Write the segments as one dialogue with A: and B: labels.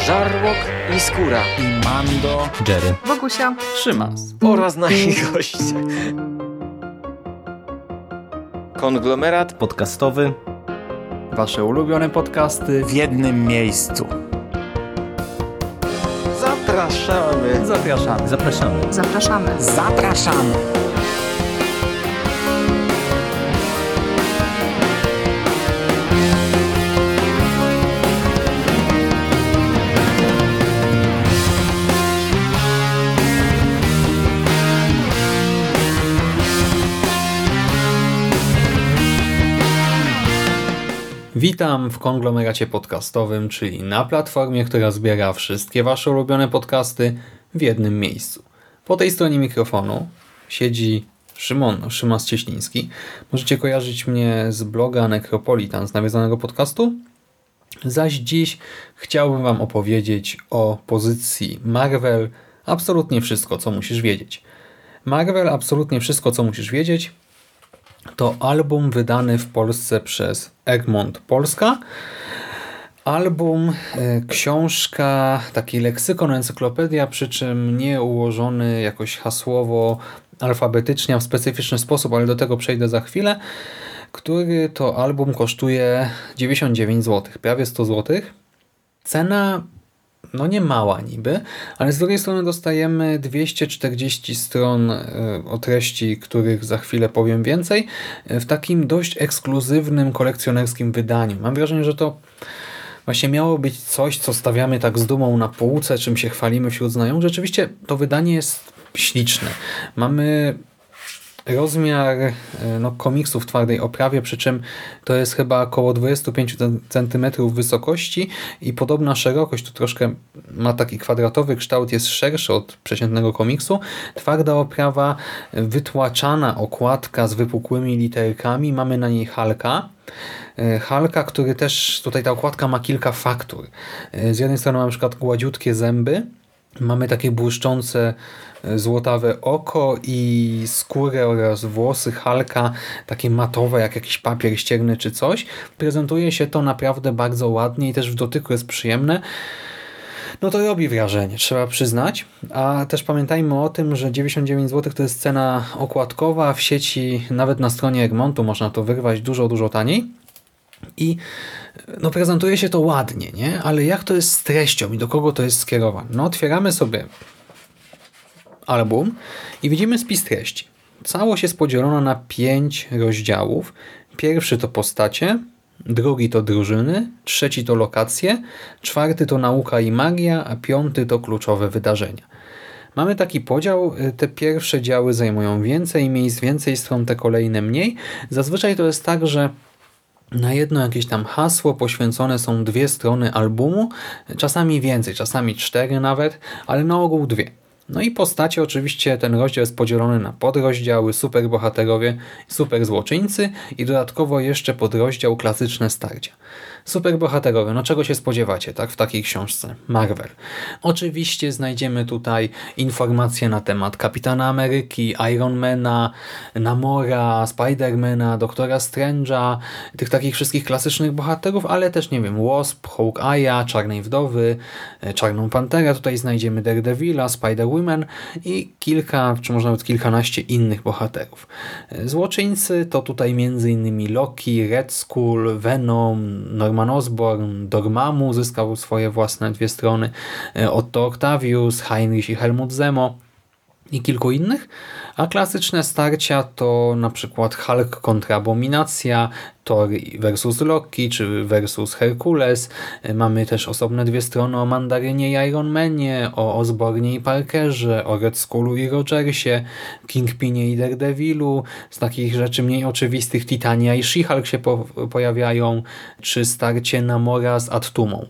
A: Żarłok i Skóra
B: i Mando,
C: Jerry,
D: Wokusia,
C: Szymas
A: oraz nasi goście. Konglomerat
C: podcastowy.
B: wasze ulubione podcasty w jednym miejscu.
A: Zapraszamy.
B: Zapraszamy.
C: Zapraszamy.
D: zapraszamy.
B: Zapraszamy.
C: Witam w konglomeracie podcastowym, czyli na platformie, która zbiera wszystkie wasze ulubione podcasty w jednym miejscu. Po tej stronie mikrofonu siedzi Szymon, Szymas Cieśliński. Możecie kojarzyć mnie z bloga Necropolitan, z nawiedzonego podcastu. Zaś dziś chciałbym wam opowiedzieć o pozycji Marvel Absolutnie wszystko, co musisz wiedzieć. Marvel Absolutnie wszystko, co musisz wiedzieć to album wydany w Polsce przez Egmont Polska. Album, książka, taki leksykon, encyklopedia, przy czym nie ułożony jakoś hasłowo, alfabetycznie, a w specyficzny sposób, ale do tego przejdę za chwilę, który to album kosztuje 99 zł, prawie 100 zł. Cena no nie mała niby, ale z drugiej strony dostajemy 240 stron o treści, których za chwilę powiem więcej, w takim dość ekskluzywnym, kolekcjonerskim wydaniu. Mam wrażenie, że to właśnie miało być coś, co stawiamy tak z dumą na półce, czym się chwalimy wśród znajomych. Rzeczywiście to wydanie jest śliczne. Mamy rozmiar komiksu w twardej oprawie, przy czym to jest chyba około 25 cm wysokości i podobna szerokość, to troszkę ma taki kwadratowy kształt, jest szerszy od przeciętnego komiksu. Twarda oprawa, wytłaczana okładka z wypukłymi literkami, mamy na niej Hulka. Hulka, który też, tutaj ta okładka ma kilka faktur. Z jednej strony mamy na przykład gładziutkie zęby, mamy takie błyszczące złotawe oko i skórę oraz włosy Hulka, takie matowe jak jakiś papier ścierny czy coś. Prezentuje się to naprawdę bardzo ładnie i też w dotyku jest przyjemne. No to robi wrażenie, trzeba przyznać. A też pamiętajmy o tym, że 99 zł to jest cena okładkowa. W sieci, nawet na stronie Egmontu można to wyrwać dużo, dużo taniej. I no prezentuje się to ładnie, nie? Ale jak to jest z treścią i do kogo to jest skierowane? No otwieramy sobie album i widzimy spis treści. Całość jest podzielona na 5 rozdziałów. Pierwszy to postacie, drugi to drużyny, trzeci to lokacje, czwarty to nauka i magia, a piąty to kluczowe wydarzenia. Mamy taki podział, te pierwsze działy zajmują więcej miejsc, więcej stron, te kolejne mniej. Zazwyczaj to jest tak, że na jedno jakieś tam hasło poświęcone są 2 strony albumu, czasami więcej, czasami 4 nawet, ale na ogół 2. No i postacie, oczywiście ten rozdział jest podzielony na podrozdziały, superbohaterowie, superzłoczyńcy i dodatkowo jeszcze podrozdział klasyczne starcia. Superbohaterowie, no czego się spodziewacie, tak, w takiej książce Marvel? Oczywiście znajdziemy tutaj informacje na temat Kapitana Ameryki, Ironmana, Namora, Spidermana, Doktora Strange'a, tych takich wszystkich klasycznych bohaterów, ale też, nie wiem, Wasp, Hawkeye'a, Czarnej Wdowy, Czarną Panterę, tutaj znajdziemy Daredevila, Spider-Woman i kilka, czy może nawet kilkanaście innych bohaterów. Złoczyńcy to tutaj m.in. Loki, Red Skull, Venom, Norman Osborn, Dormammu zyskał swoje własne 2 strony, Otto Octavius, Heinrich i Helmut Zemo i kilku innych, a klasyczne starcia to na przykład Hulk kontra Abominacja, Thor versus Loki czy versus Herkules. Mamy też osobne 2 strony o Mandarynie i Iron Manie, o Osbornie i Parkerze, o Red Skullu i Rogersie, Kingpinie i Daredevilu. Z takich rzeczy mniej oczywistych Titania i She-Hulk się pojawiają, czy starcie Namora z Attumą.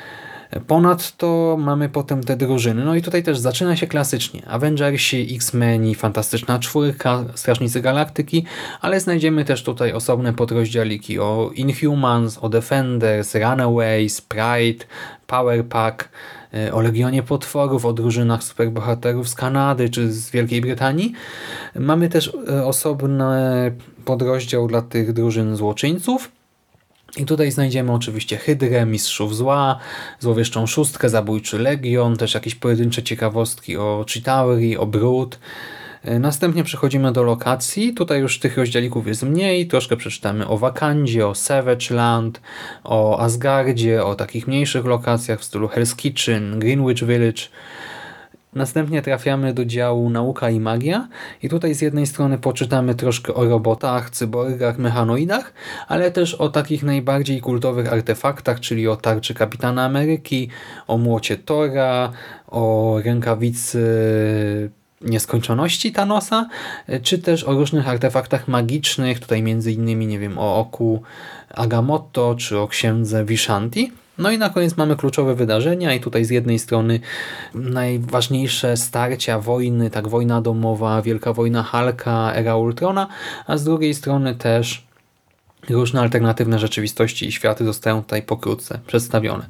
C: Ponadto mamy potem te drużyny. No i tutaj też zaczyna się klasycznie. Avengersi, X-Meni, Fantastyczna Czwórka, Strażnicy Galaktyki, ale znajdziemy też tutaj osobne podrozdziałiki o Inhumans, o Defenders, Runaways, Pride, Power Pack, o Legionie Potworów, o drużynach superbohaterów z Kanady czy z Wielkiej Brytanii. Mamy też osobny podrozdział dla tych drużyn złoczyńców. I tutaj znajdziemy oczywiście Hydrę, Mistrzów Zła, Złowieszczą Szóstkę, Zabójczy Legion, też jakieś pojedyncze ciekawostki o Chitauri, o Brud. Następnie przechodzimy do lokacji. Tutaj już tych rozdziałików jest mniej. Troszkę przeczytamy o Wakandzie, o Savage Land, o Asgardzie, o takich mniejszych lokacjach w stylu Hell's Kitchen, Greenwich Village. Następnie trafiamy do działu Nauka i Magia i tutaj z jednej strony poczytamy troszkę o robotach, cyborgach, mechanoidach, ale też o takich najbardziej kultowych artefaktach, czyli o tarczy Kapitana Ameryki, o młocie Tora, o rękawicy nieskończoności Thanosa, czy też o różnych artefaktach magicznych, tutaj między innymi, nie wiem, o oku Agamotto, czy o księdze Vishanti. No i na koniec mamy kluczowe wydarzenia i tutaj z jednej strony najważniejsze starcia, wojny, tak wojna domowa, wielka wojna Hulka, era Ultrona, a z drugiej strony też różne alternatywne rzeczywistości i światy zostają tutaj pokrótce przedstawione.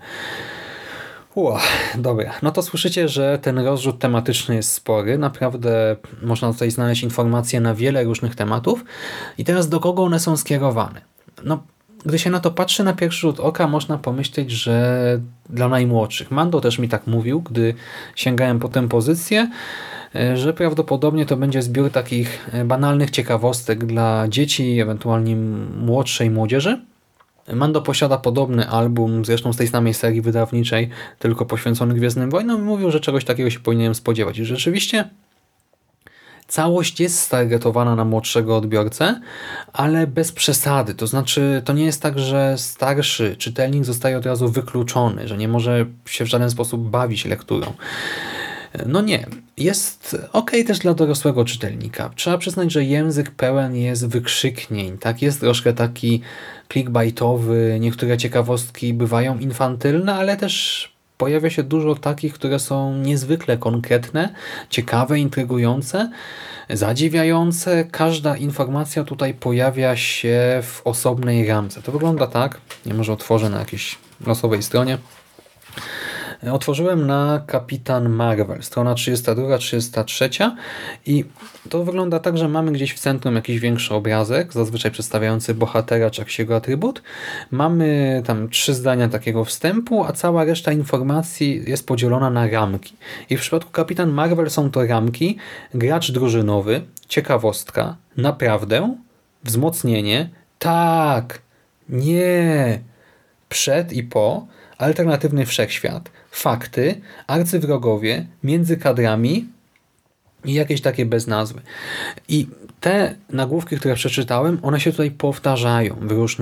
C: Dobra, no to słyszycie, że ten rozrzut tematyczny jest spory, naprawdę można tutaj znaleźć informacje na wiele różnych tematów i teraz do kogo one są skierowane? No, gdy się na to patrzy na pierwszy rzut oka, można pomyśleć, że dla najmłodszych. Mando też mi tak mówił, gdy sięgałem po tę pozycję, że prawdopodobnie to będzie zbiór takich banalnych ciekawostek dla dzieci, ewentualnie młodszej młodzieży. Mando posiada podobny album, zresztą z tej samej serii wydawniczej, tylko poświęcony Gwiezdnym Wojnom i mówił, że czegoś takiego się powinienem spodziewać. I rzeczywiście całość jest stargetowana na młodszego odbiorcę, ale bez przesady. To znaczy, to nie jest tak, że starszy czytelnik zostaje od razu wykluczony, że nie może się w żaden sposób bawić lekturą. No nie. Jest okej też dla dorosłego czytelnika. Trzeba przyznać, że język pełen jest wykrzyknień. Tak, jest troszkę taki clickbaitowy. Niektóre ciekawostki bywają infantylne, ale też pojawia się dużo takich, które są niezwykle konkretne, ciekawe, intrygujące, zadziwiające. Każda informacja tutaj pojawia się w osobnej ramce. To wygląda tak. Ja może otworzę na jakiejś losowej stronie. Otworzyłem na Kapitan Marvel, strona 32, 33 i to wygląda tak, że mamy gdzieś w centrum jakiś większy obrazek, zazwyczaj przedstawiający bohatera czy jakiś jego atrybut. Mamy tam 3 zdania takiego wstępu, a cała reszta informacji jest podzielona na ramki. I w przypadku Kapitan Marvel są to ramki, gracz drużynowy, ciekawostka, naprawdę, wzmocnienie, tak, nie, przed i po, alternatywny wszechświat, fakty, arcywrogowie, między kadrami i jakieś takie bez nazwy. I te nagłówki, które przeczytałem, one się tutaj powtarzają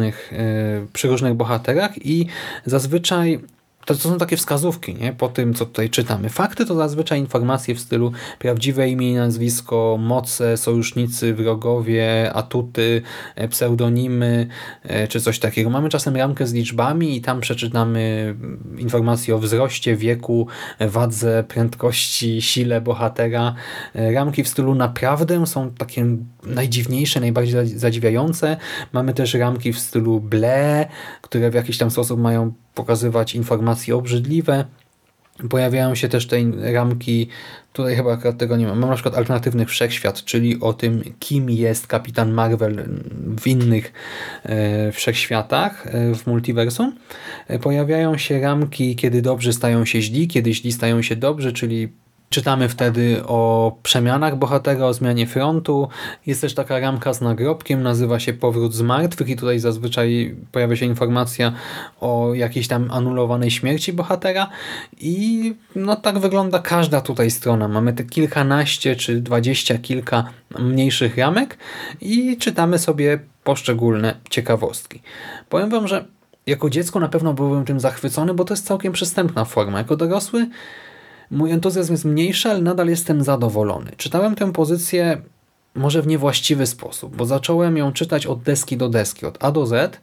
C: przy różnych bohaterach i zazwyczaj to są takie wskazówki, nie? Po tym, co tutaj czytamy. Fakty to zazwyczaj informacje w stylu prawdziwe imię i nazwisko, moce, sojusznicy, wrogowie, atuty, pseudonimy, czy coś takiego. Mamy czasem ramkę z liczbami i tam przeczytamy informacje o wzroście, wieku, wadze, prędkości, sile bohatera. Ramki w stylu naprawdę są takie najdziwniejsze, najbardziej zadziwiające. Mamy też ramki w stylu ble, które w jakiś tam sposób mają pokazywać informacje obrzydliwe. Pojawiają się też te ramki, tutaj chyba akurat tego nie mam. Mam na przykład alternatywny wszechświat, czyli o tym, kim jest Kapitan Marvel w innych wszechświatach w multiversum. Pojawiają się ramki, kiedy dobrzy stają się źli, kiedy źli stają się dobrzy, czyli czytamy wtedy o przemianach bohatera, o zmianie frontu. Jest też taka ramka z nagrobkiem, nazywa się Powrót z martwych i tutaj zazwyczaj pojawia się informacja o jakiejś tam anulowanej śmierci bohatera i no tak wygląda każda tutaj strona. Mamy te kilkanaście czy 20 kilka mniejszych ramek i czytamy sobie poszczególne ciekawostki. Powiem wam, że jako dziecko na pewno byłbym tym zachwycony, bo to jest całkiem przystępna forma. Jako dorosły mój entuzjazm jest mniejszy, ale nadal jestem zadowolony. Czytałem tę pozycję może w niewłaściwy sposób, bo zacząłem ją czytać od deski do deski, od A do Z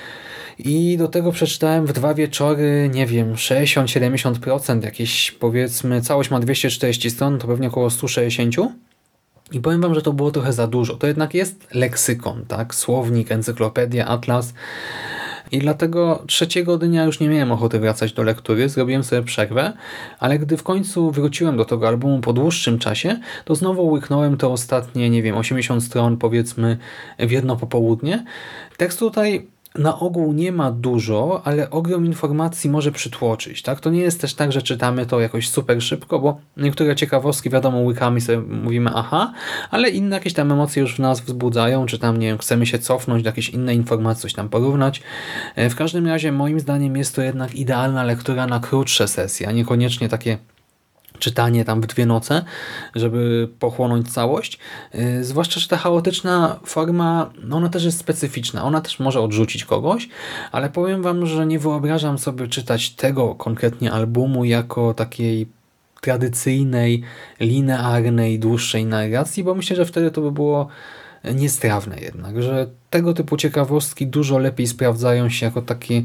C: i do tego przeczytałem w 2 wieczory, nie wiem, 60-70%, jakieś powiedzmy, całość ma 240 stron, to pewnie około 160 i powiem wam, że to było trochę za dużo. To jednak jest leksykon, tak? Słownik, encyklopedia, atlas. I dlatego 3. dnia już nie miałem ochoty wracać do lektury, zrobiłem sobie przerwę, ale gdy w końcu wróciłem do tego albumu po dłuższym czasie, to znowu łyknąłem te ostatnie, nie wiem, 80 stron powiedzmy w jedno popołudnie. Tekst tutaj na ogół nie ma dużo, ale ogrom informacji może przytłoczyć. Tak? To nie jest też tak, że czytamy to jakoś super szybko, bo niektóre ciekawostki, wiadomo, łykami sobie mówimy aha, ale inne jakieś tam emocje już w nas wzbudzają, czy tam, nie wiem, chcemy się cofnąć do jakiejś innej informacji, coś tam porównać. W każdym razie moim zdaniem jest to jednak idealna lektura na krótsze sesje, a niekoniecznie takie czytanie tam w 2 noce, żeby pochłonąć całość. Zwłaszcza, że ta chaotyczna forma, no ona też jest specyficzna. Ona też może odrzucić kogoś, ale powiem wam, że nie wyobrażam sobie czytać tego konkretnie albumu jako takiej tradycyjnej, linearnej, dłuższej narracji, bo myślę, że wtedy to by było niestrawne jednak, że tego typu ciekawostki dużo lepiej sprawdzają się jako takie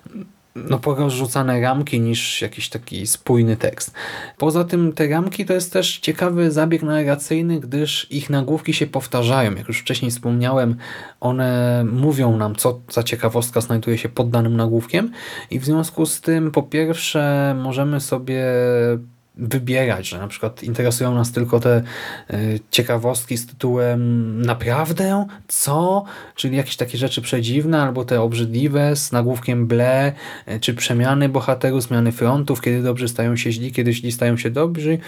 C: porozrzucane ramki niż jakiś taki spójny tekst. Poza tym te ramki to jest też ciekawy zabieg narracyjny, gdyż ich nagłówki się powtarzają. Jak już wcześniej wspomniałem, one mówią nam, co za ciekawostka znajduje się pod danym nagłówkiem i w związku z tym po pierwsze możemy sobie wybierać, że na przykład interesują nas tylko te ciekawostki z tytułem naprawdę? Co? Czyli jakieś takie rzeczy przedziwne albo te obrzydliwe z nagłówkiem ble, czy przemiany bohaterów, zmiany frontów, kiedy dobrzy stają się źli, kiedy źli stają się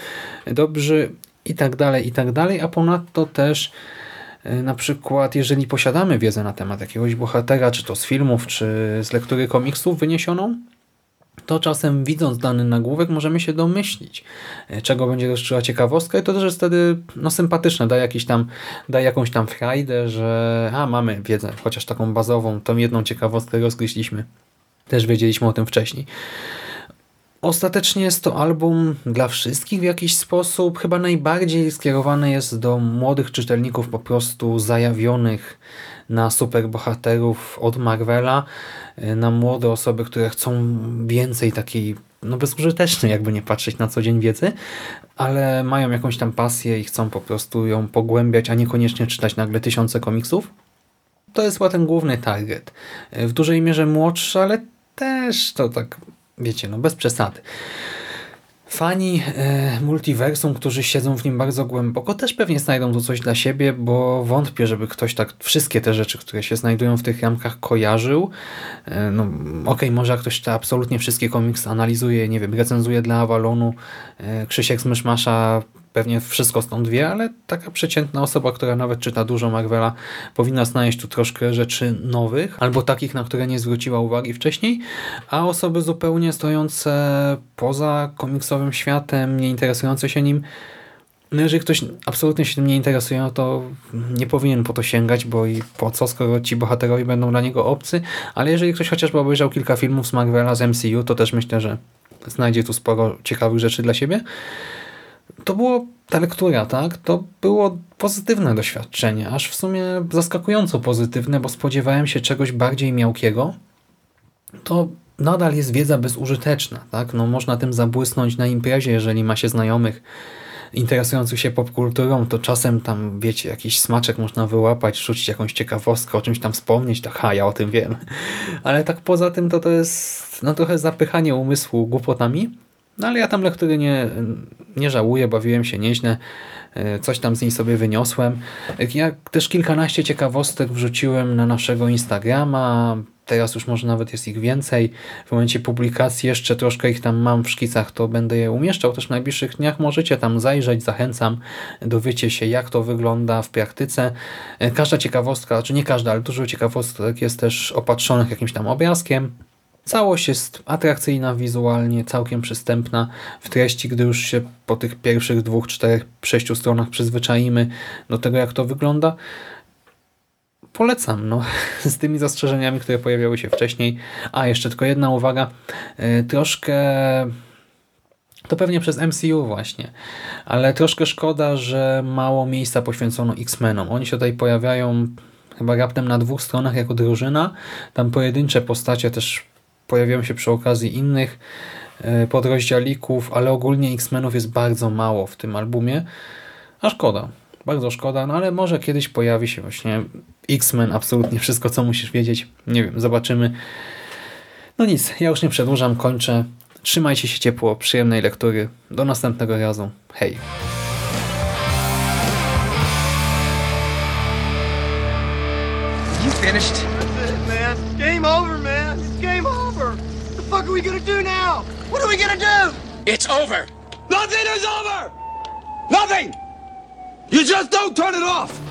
C: dobrzy i tak dalej, i tak dalej, a ponadto też na przykład, jeżeli posiadamy wiedzę na temat jakiegoś bohatera, czy to z filmów, czy z lektury komiksów wyniesioną, to czasem widząc dany nagłówek możemy się domyślić, czego będzie dotyczyła ciekawostka i to też jest wtedy sympatyczne, daje jakąś tam frajdę, że mamy wiedzę, chociaż taką bazową, tą jedną ciekawostkę rozgryźliśmy. Też wiedzieliśmy o tym wcześniej. Ostatecznie jest to album dla wszystkich w jakiś sposób. Chyba najbardziej skierowany jest do młodych czytelników po prostu zajawionych na superbohaterów od Marvela, na młode osoby, które chcą więcej takiej bezużytecznej, jakby nie patrzeć na co dzień wiedzy, ale mają jakąś tam pasję i chcą po prostu ją pogłębiać, a niekoniecznie czytać nagle tysiące komiksów. To jest chyba ten główny target. W dużej mierze młodszy, ale też to tak, wiecie, bez przesady. Fani multiversum, którzy siedzą w nim bardzo głęboko, też pewnie znajdą tu coś dla siebie, bo wątpię, żeby ktoś tak wszystkie te rzeczy, które się znajdują w tych ramkach, kojarzył. Okej, może jak ktoś absolutnie wszystkie komiksy analizuje, nie wiem, recenzuje dla Avalonu, Krzysiek z Myszmasza pewnie wszystko stąd wie, ale taka przeciętna osoba, która nawet czyta dużo Marvela, powinna znaleźć tu troszkę rzeczy nowych, albo takich, na które nie zwróciła uwagi wcześniej, a osoby zupełnie stojące poza komiksowym światem, nie interesujące się nim, jeżeli ktoś absolutnie się tym nie interesuje, no to nie powinien po to sięgać, bo i po co, skoro ci bohaterowie będą dla niego obcy, ale jeżeli ktoś chociażby obejrzał kilka filmów z Marvela, z MCU, to też myślę, że znajdzie tu sporo ciekawych rzeczy dla siebie. To było ta lektura, tak? To było pozytywne doświadczenie, aż w sumie zaskakująco pozytywne, bo spodziewałem się czegoś bardziej miałkiego. To nadal jest wiedza bezużyteczna, tak? Można tym zabłysnąć na imprezie, jeżeli ma się znajomych interesujących się popkulturą, to czasem tam, wiecie, jakiś smaczek można wyłapać, rzucić jakąś ciekawostkę, o czymś tam wspomnieć, tak, ja o tym wiem. Ale tak poza tym to jest trochę zapychanie umysłu głupotami. Ale ja tam lektury nie żałuję, bawiłem się nieźle, coś tam z niej sobie wyniosłem. Ja też kilkanaście ciekawostek wrzuciłem na naszego Instagrama, teraz już może nawet jest ich więcej. W momencie publikacji jeszcze troszkę ich tam mam w szkicach, to będę je umieszczał też w najbliższych dniach. Możecie tam zajrzeć, zachęcam, dowiecie się, jak to wygląda w praktyce. Każda ciekawostka, czy nie każda, ale dużo ciekawostek jest też opatrzonych jakimś tam obrazkiem. Całość jest atrakcyjna wizualnie, całkiem przystępna w treści, gdy już się po tych pierwszych 2, 4, 6 stronach przyzwyczaimy do tego, jak to wygląda. Polecam, z tymi zastrzeżeniami, które pojawiały się wcześniej. A, jeszcze tylko jedna uwaga. Troszkę, to pewnie przez MCU właśnie, ale troszkę szkoda, że mało miejsca poświęcono X-Menom. Oni się tutaj pojawiają chyba raptem na 2 stronach jako drużyna. Tam pojedyncze postacie też pojawiają się przy okazji innych podrozdzialików, ale ogólnie X-Menów jest bardzo mało w tym albumie. A szkoda, bardzo szkoda, ale może kiedyś pojawi się właśnie X-Men, absolutnie wszystko, co musisz wiedzieć. Nie wiem, zobaczymy. Nic, ja już nie przedłużam, kończę. Trzymajcie się ciepło, przyjemnej lektury. Do następnego razu. Hej!
A: You finished? That's it, man.
D: Game over, man. It's game over. What the fuck are we gonna do now? What are we gonna do?
E: It's over. Nothing is over. Nothing. You just don't turn it off.